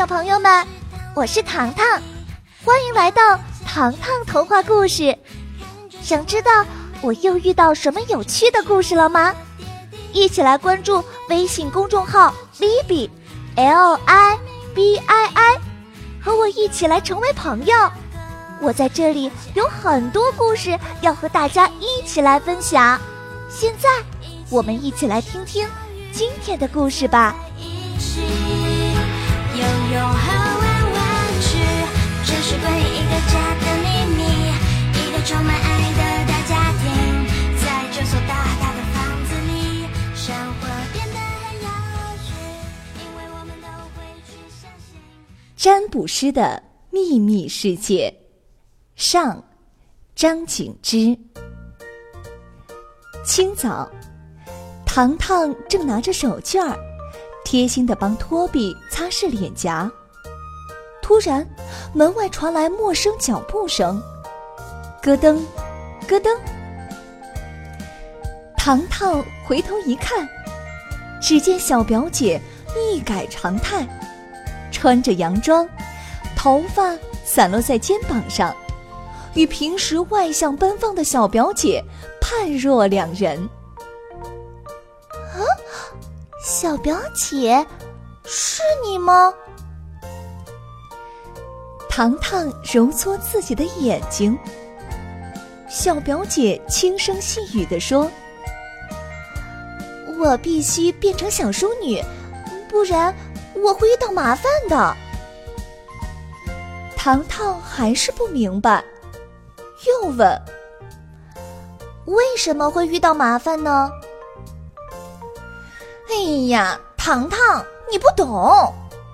小朋友们，我是糖糖，欢迎来到糖糖童话故事。想知道我又遇到什么有趣的故事了吗？一起来关注微信公众号 Libby LIBII， 和我一起来成为朋友。我在这里有很多故事要和大家一起来分享。现在我们一起来听听今天的故事吧。 游泳和玩玩具，这是关于一个家的秘密，一个充满爱的大家庭，在这所大大的房子里，生活变得很有趣，因为我们都会去相信。 占卜师的秘密世界上，张景之。清早，糖糖正拿着手绢贴心地帮托比擦拭脸颊。突然，门外传来陌生脚步声，咯噔，咯噔。糖糖回头一看，只见小表姐一改常态，穿着洋装，头发散落在肩膀上，与平时外向奔放的小表姐判若两人。 小表姐，是你吗？ 糖糖揉搓自己的眼睛。小表姐轻声细语地说： 我必须变成小淑女，不然我会遇到麻烦的。 糖糖还是不明白，又问： 为什么会遇到麻烦呢？哎呀，糖糖，你不懂。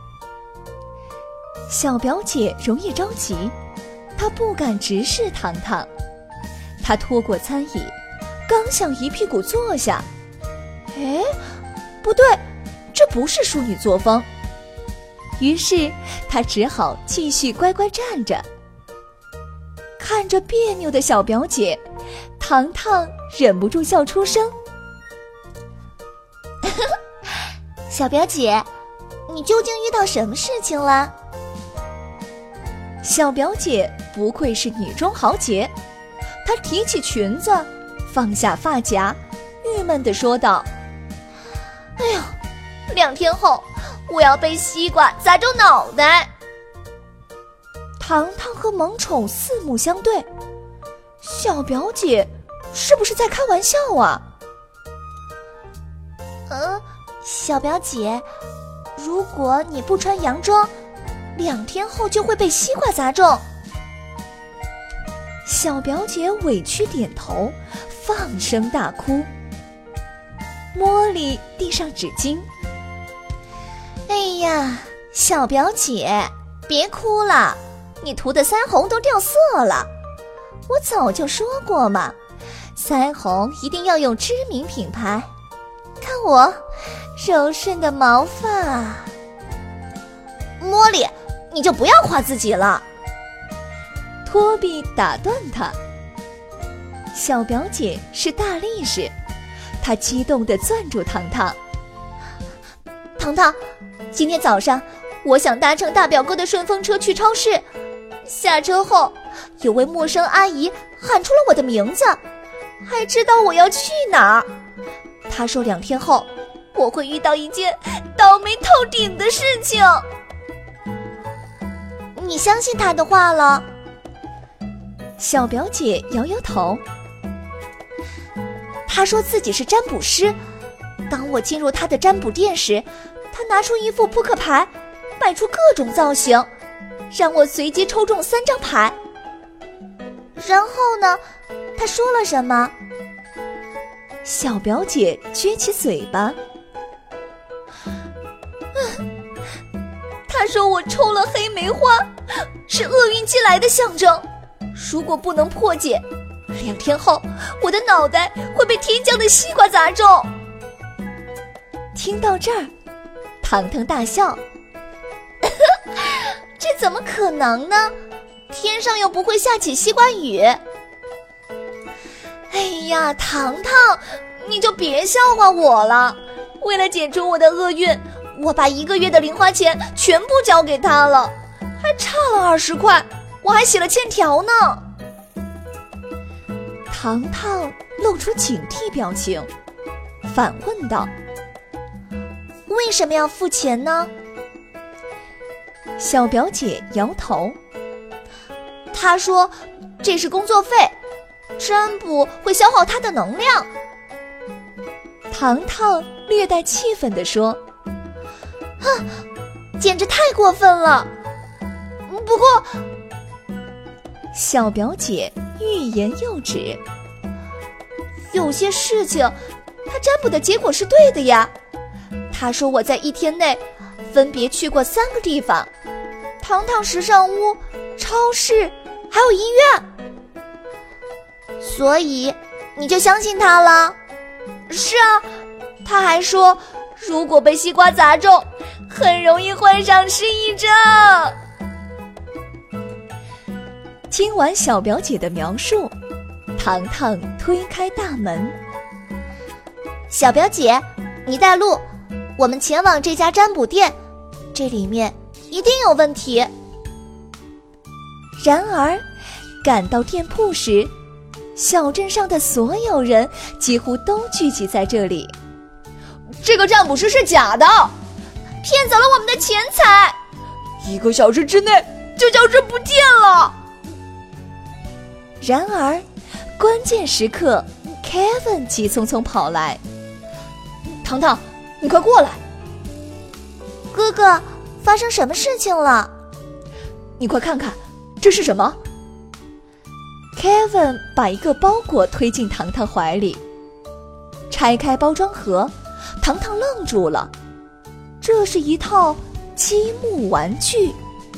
小表姐容易着急，她不敢直视糖糖。她拖过餐椅，刚想一屁股坐下，哎，不对，这不是淑女作风。于是她只好继续乖乖站着。看着别扭的小表姐，糖糖忍不住笑出声。 小表姐，你究竟遇到什么事情了？ 小表姐不愧是女中豪杰，她提起裙子，放下发夹，郁闷地说道： 哎呦，2天后我要被西瓜砸中脑袋。 糖糖和萌宠四目相对，小表姐是不是在开玩笑啊？ 小表姐，如果你不穿洋装，2天后就会被西瓜砸中。 小表姐委屈点头，放声大哭。茉莉递上纸巾。 哎呀，小表姐，别哭了，你涂的腮红都掉色了。我早就说过嘛，腮红一定要用知名品牌。看我柔顺的毛发。茉莉，你就不要夸自己了。 托比打断他。小表姐是大力士，她激动地攥住糖糖。 糖糖，今天早上我想搭乘大表哥的顺风车去超市，下车后有位陌生阿姨喊出了我的名字，还知道我要去哪儿。她说2天后我会遇到一件倒霉透顶的事情。你相信她的话了？ 小表姐摇摇头。 她说自己是占卜师，当我进入她的占卜店时，她拿出一副扑克牌，摆出各种造型，让我随机抽中3张牌。然后呢，她说了什么？ 小表姐撅起嘴巴。 她说我抽了黑梅花，是厄运寄来的象征，如果不能破解，2天后我的脑袋会被天降的西瓜砸中。 听到这儿，糖糖大笑。 这怎么可能呢？天上又不会下起西瓜雨。哎呀，糖糖，你就别笑话我了。为了解除我的厄运， 我把1个月的零花钱全部交给他了，还差了20块，我还写了欠条呢。糖糖露出警惕表情，反问道：为什么要付钱呢？小表姐摇头，她说这是工作费，占卜会消耗她的能量。糖糖略带气愤地说：哼，简直太过分了。不过小表姐欲言又止，有些事情她占卜的结果是对的呀。她说我在1天内分别去过3个地方，糖糖时尚屋、超市还有医院。所以你就相信她了？是啊，她还说如果被西瓜砸中，很容易患上失忆症。听完小表姐的描述，糖糖推开大门。小表姐，你带路，我们前往这家占卜店，这里面一定有问题。然而赶到店铺时，小镇上的所有人几乎都聚集在这里。这个占卜师是假的，骗走了我们的钱财，1个小时之内就消失不见了。然而关键时刻 Kevin 急匆匆跑来。糖糖，你快过来。哥哥，发生什么事情了？你快看看，这是什么？ Kevin 把一个包裹推进糖糖怀里，拆开包装盒，糖糖愣住了，这是一套积木玩具。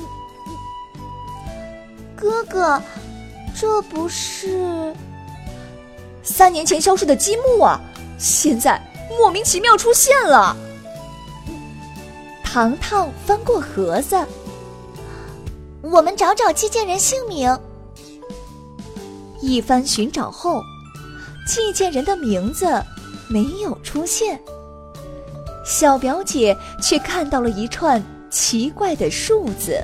哥哥，这不是3年前消失的积木啊，现在莫名其妙出现了。糖糖翻过盒子，我们找找寄件人姓名。一番寻找后，寄件人的名字没有出现，小表姐却看到了一串奇怪的数字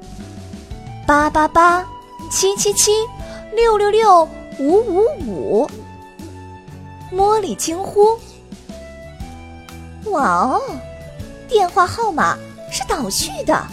：888、777、666、555。茉莉惊呼：哇哦，电话号码是倒序的。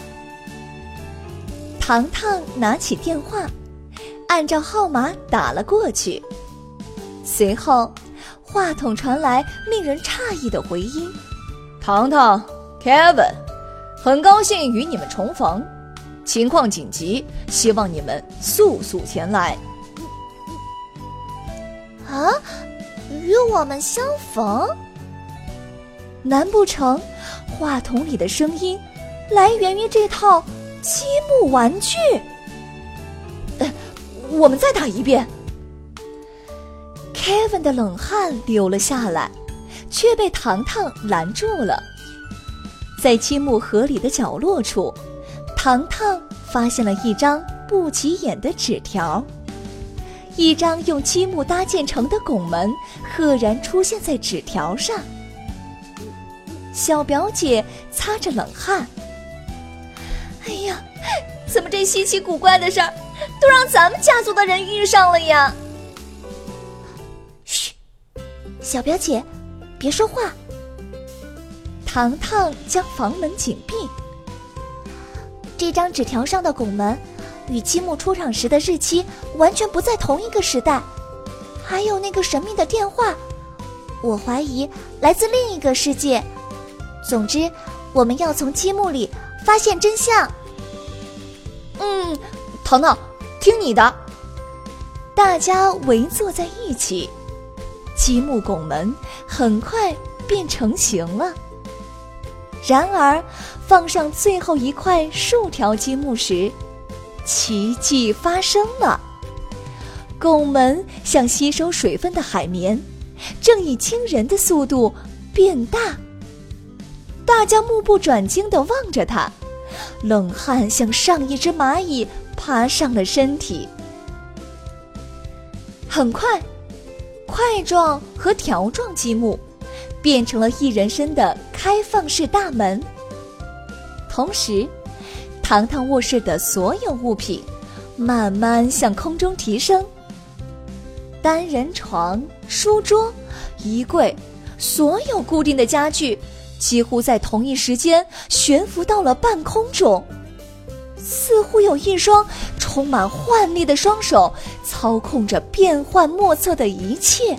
糖糖拿起电话，按照号码打了过去，随后话筒传来令人诧异的回音：糖糖 Kevin， 很高兴与你们重逢，情况紧急，希望你们速速前来。啊，与我们相逢？难不成话筒里的声音来源于这套积木玩具？我们再打一遍。Kevin 的冷汗流了下来，却被糖糖拦住了。在积木盒里的角落处，糖糖发现了一张不起眼的纸条，一张用积木搭建成的拱门赫然出现在纸条上。小表姐擦着冷汗，哎呀，怎么这稀奇古怪的事儿都让咱们家族的人遇上了呀？嘘，小表姐，别说话。糖糖将房门紧闭。这张纸条上的拱门与积木出场时的日期完全不在同一个时代，还有那个神秘的电话，我怀疑来自另一个世界。总之，我们要从积木里发现真相。糖糖，听你的。大家围坐在一起，积木拱门很快便成型了。然而放上最后一块竖条积木时，奇迹发生了。拱门像吸收水分的海绵，正以惊人的速度变大。大家目不转睛地望着它，冷汗像上一只蚂蚁爬上了身体。很快，块状和条状积木变成了1人身的开放式大门， 同时，糖糖卧室的所有物品慢慢向空中提升。单人床、书桌、衣柜，所有固定的家具几乎在同一时间悬浮到了半空中，似乎有一双充满幻力的双手操控着变幻莫测的一切。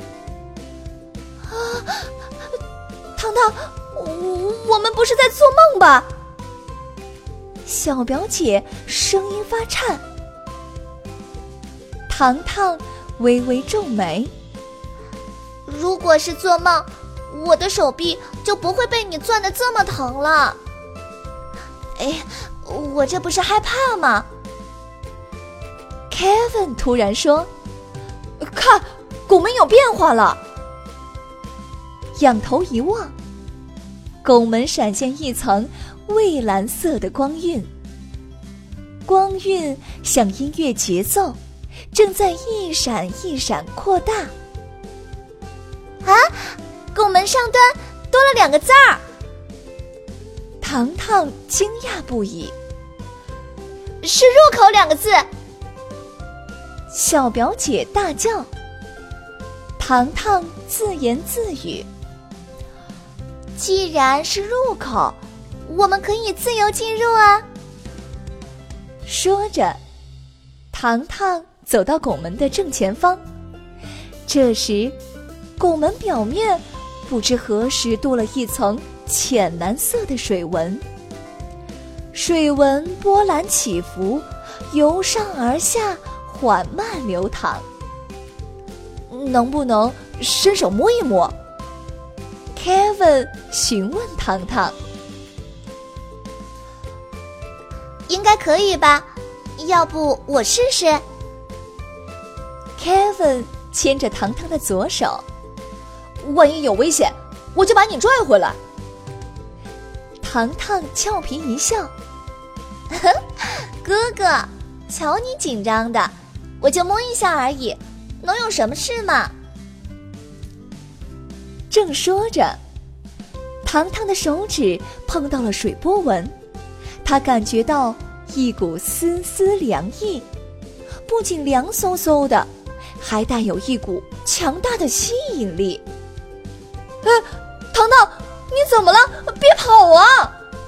糖糖，我们不是在做梦吧？小表姐声音发颤。糖糖微微皱眉， 如果是做梦，我的手臂就不会被你攥得这么疼了。哎，我这不是害怕吗？ Kevin 突然说，看，拱门有变化了。仰头一望，拱门闪现一层蔚蓝色的光晕，光晕像音乐节奏，正在一闪一闪扩大。 啊，拱门上端多了2个字儿。 糖糖惊讶不已， 是入口2个字。 小表姐大叫。糖糖自言自语， 既然是入口，我们可以自由进入啊。 说着，糖糖走到拱门的正前方。这时，拱门表面不知何时多了一层浅蓝色的水纹，水纹波澜起伏，由上而下缓慢流淌。能不能伸手摸一摸？ Kevin 询问糖糖。 应该可以吧，要不我试试。 Kevin 牵着糖糖的左手，万一有危险，我就把你拽回来。糖糖俏皮一笑， 哥哥，瞧你紧张的，我就摸一下而已，能有什么事嘛？ 正说着，糖糖的手指碰到了水波纹，他感觉到一股丝丝凉意，不仅凉飕飕的，还带有一股强大的吸引力。糖糖，你怎么了？别跑啊！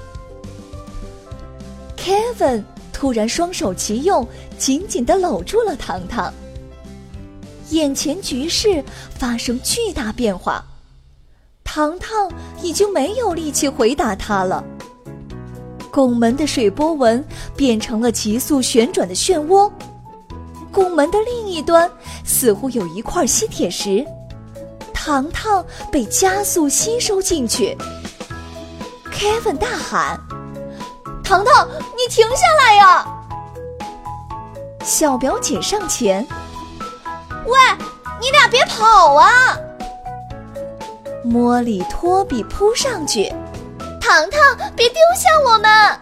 Kevin 突然双手齐用，紧紧地搂住了糖糖。眼前局势发生巨大变化，糖糖已经没有力气回答他了。拱门的水波纹变成了急速旋转的漩涡，拱门的另一端似乎有一块吸铁石，糖糖被加速吸收进去。Kevin 大喊，糖糖，你停下来呀！小表姐上前， 喂，你俩别跑啊！ 莫里托比扑上去， 糖糖，别丢下我们！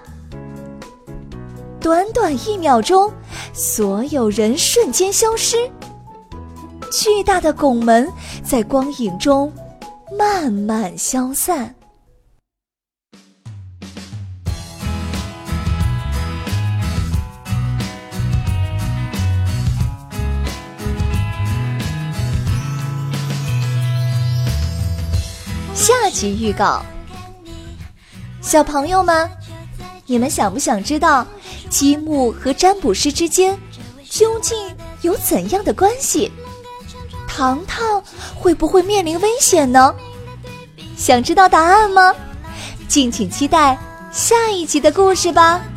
短短1秒钟，所有人瞬间消失，巨大的拱门在光影中慢慢消散。下集预告，小朋友们，你们想不想知道积木和占卜师之间究竟有怎样的关系？糖糖会不会面临危险呢？想知道答案吗？敬请期待下一集的故事吧。